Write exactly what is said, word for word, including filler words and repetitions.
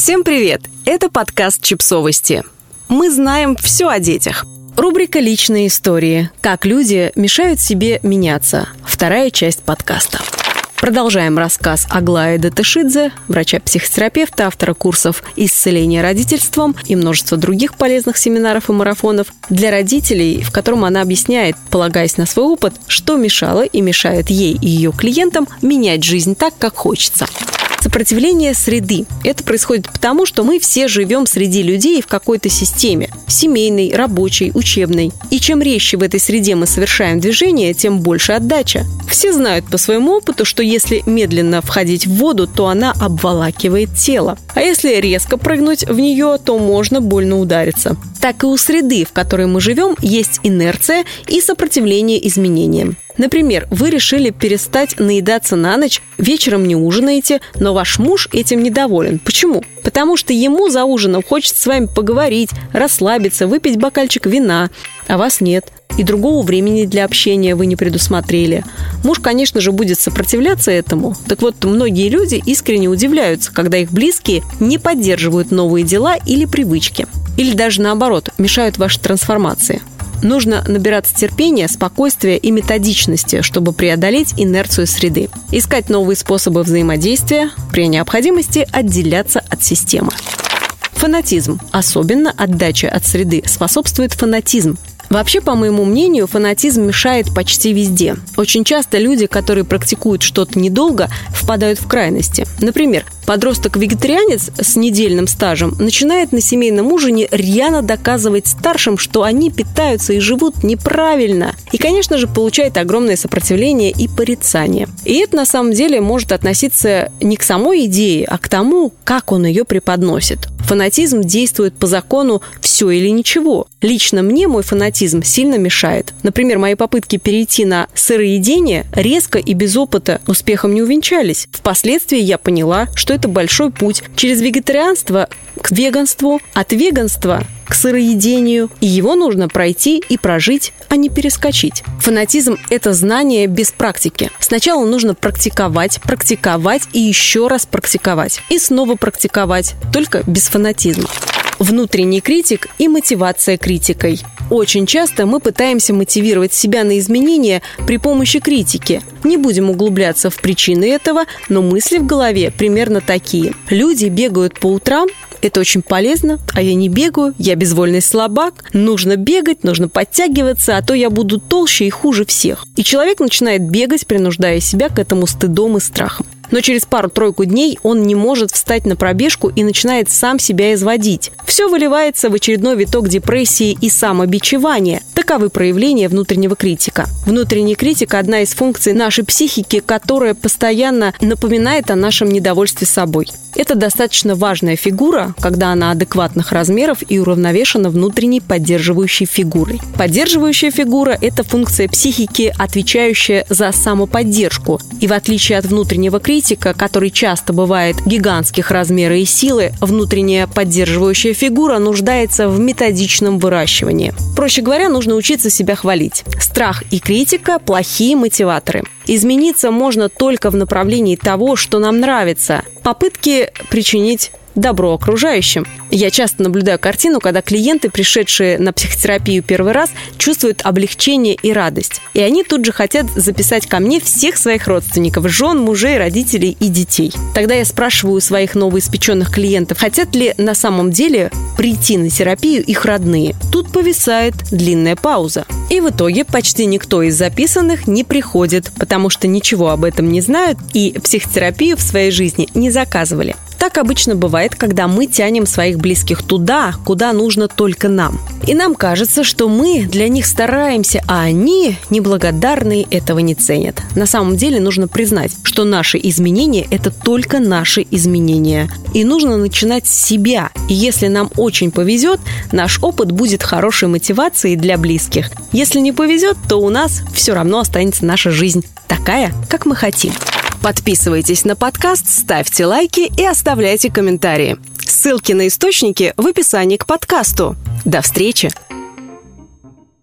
Всем привет! Это подкаст «Чипсовости». Мы знаем все о детях. Рубрика «Личные истории. Как люди мешают себе меняться». Вторая часть подкаста. Продолжаем рассказ Аглаи Датышидзе, врача-психотерапевта, автора курсов «Исцеление родительством» и множество других полезных семинаров и марафонов для родителей, в котором она объясняет, полагаясь на свой опыт, что мешало и мешает ей и ее клиентам менять жизнь так, как хочется. Сопротивление среды. Это происходит потому, что мы все живем среди людей в какой-то системе – семейной, рабочей, учебной. И чем резче в этой среде мы совершаем движение, тем больше отдача. Все знают по своему опыту, что если медленно входить в воду, то она обволакивает тело. А если резко прыгнуть в нее, то можно больно удариться. Так и у среды, в которой мы живем, есть инерция и сопротивление изменениям. Например, вы решили перестать наедаться на ночь, вечером не ужинаете, но ваш муж этим недоволен. Почему? Потому что ему за ужином хочется с вами поговорить, расслабиться, выпить бокальчик вина, а вас нет. И другого времени для общения вы не предусмотрели. Муж, конечно же, будет сопротивляться этому. Так вот, многие люди искренне удивляются, когда их близкие не поддерживают новые дела или привычки. Или даже наоборот, мешают вашей трансформации. Нужно набираться терпения, спокойствия и методичности, чтобы преодолеть инерцию среды. Искать новые способы взаимодействия, при необходимости отделяться от системы. Фанатизм. Особенно отдача от среды способствует фанатизм. Вообще, по моему мнению, фанатизм мешает почти везде. Очень часто люди, которые практикуют что-то недолго, впадают в крайности. Например, подросток-вегетарианец с недельным стажем начинает на семейном ужине рьяно доказывать старшим, что они питаются и живут неправильно. И, конечно же, получает огромное сопротивление и порицание. И это, на самом деле, может относиться не к самой идее, а к тому, как он ее преподносит. Фанатизм действует по закону «все или ничего». Лично мне мой фанатизм сильно мешает. Например, мои попытки перейти на сыроедение резко и без опыта успехом не увенчались. Впоследствии я поняла, что это большой путь через вегетарианство к веганству, от веганства к сыроедению, и его нужно пройти и прожить, а не перескочить. Фанатизм – это знание без практики. Сначала нужно практиковать, практиковать и еще раз практиковать. И снова практиковать, только без фанатизма. Внутренний критик и мотивация критикой. Очень часто мы пытаемся мотивировать себя на изменения при помощи критики. Не будем углубляться в причины этого, но мысли в голове примерно такие. Люди бегают по утрам, это очень полезно, а я не бегаю, я безвольный слабак, нужно бегать, нужно подтягиваться, а то я буду толще и хуже всех. И человек начинает бегать, принуждая себя к этому стыдом и страхом. Но через пару-тройку дней он не может встать на пробежку и начинает сам себя изводить. Все выливается в очередной виток депрессии и самобичевания. Таковы проявления внутреннего критика. Внутренний критик – одна из функций нашей психики, которая постоянно напоминает о нашем недовольстве собой. Это достаточно важная фигура, когда она адекватных размеров и уравновешена внутренней поддерживающей фигурой. Поддерживающая фигура – это функция психики, отвечающая за самоподдержку. И в отличие от внутреннего критика, который часто бывает гигантских размеров и силы, внутренняя поддерживающая фигура нуждается в методичном выращивании. Проще говоря, нужно учиться себя хвалить. Страх и критика – плохие мотиваторы. Измениться можно только в направлении того, что нам нравится. Попытки причинить добро окружающим. Я часто наблюдаю картину, когда клиенты, пришедшие на психотерапию первый раз, чувствуют облегчение и радость. И они тут же хотят записать ко мне всех своих родственников, жен, мужей, родителей и детей. Тогда я спрашиваю у своих новоиспеченных клиентов, хотят ли на самом деле прийти на терапию их родные. Тут повисает длинная пауза. И в итоге почти никто из записанных не приходит, потому что ничего об этом не знают и психотерапию в своей жизни не заказывали. Так обычно бывает, когда мы тянем своих близких туда, куда нужно только нам. И нам кажется, что мы для них стараемся, а они, неблагодарные, этого не ценят. На самом деле нужно признать, что наши изменения – это только наши изменения. И нужно начинать с себя. И если нам очень повезет, наш опыт будет хорошей мотивацией для близких. Если не повезет, то у нас все равно останется наша жизнь такая, как мы хотим. Подписывайтесь на подкаст, ставьте лайки и оставляйте комментарии. Ссылки на источники в описании к подкасту. До встречи!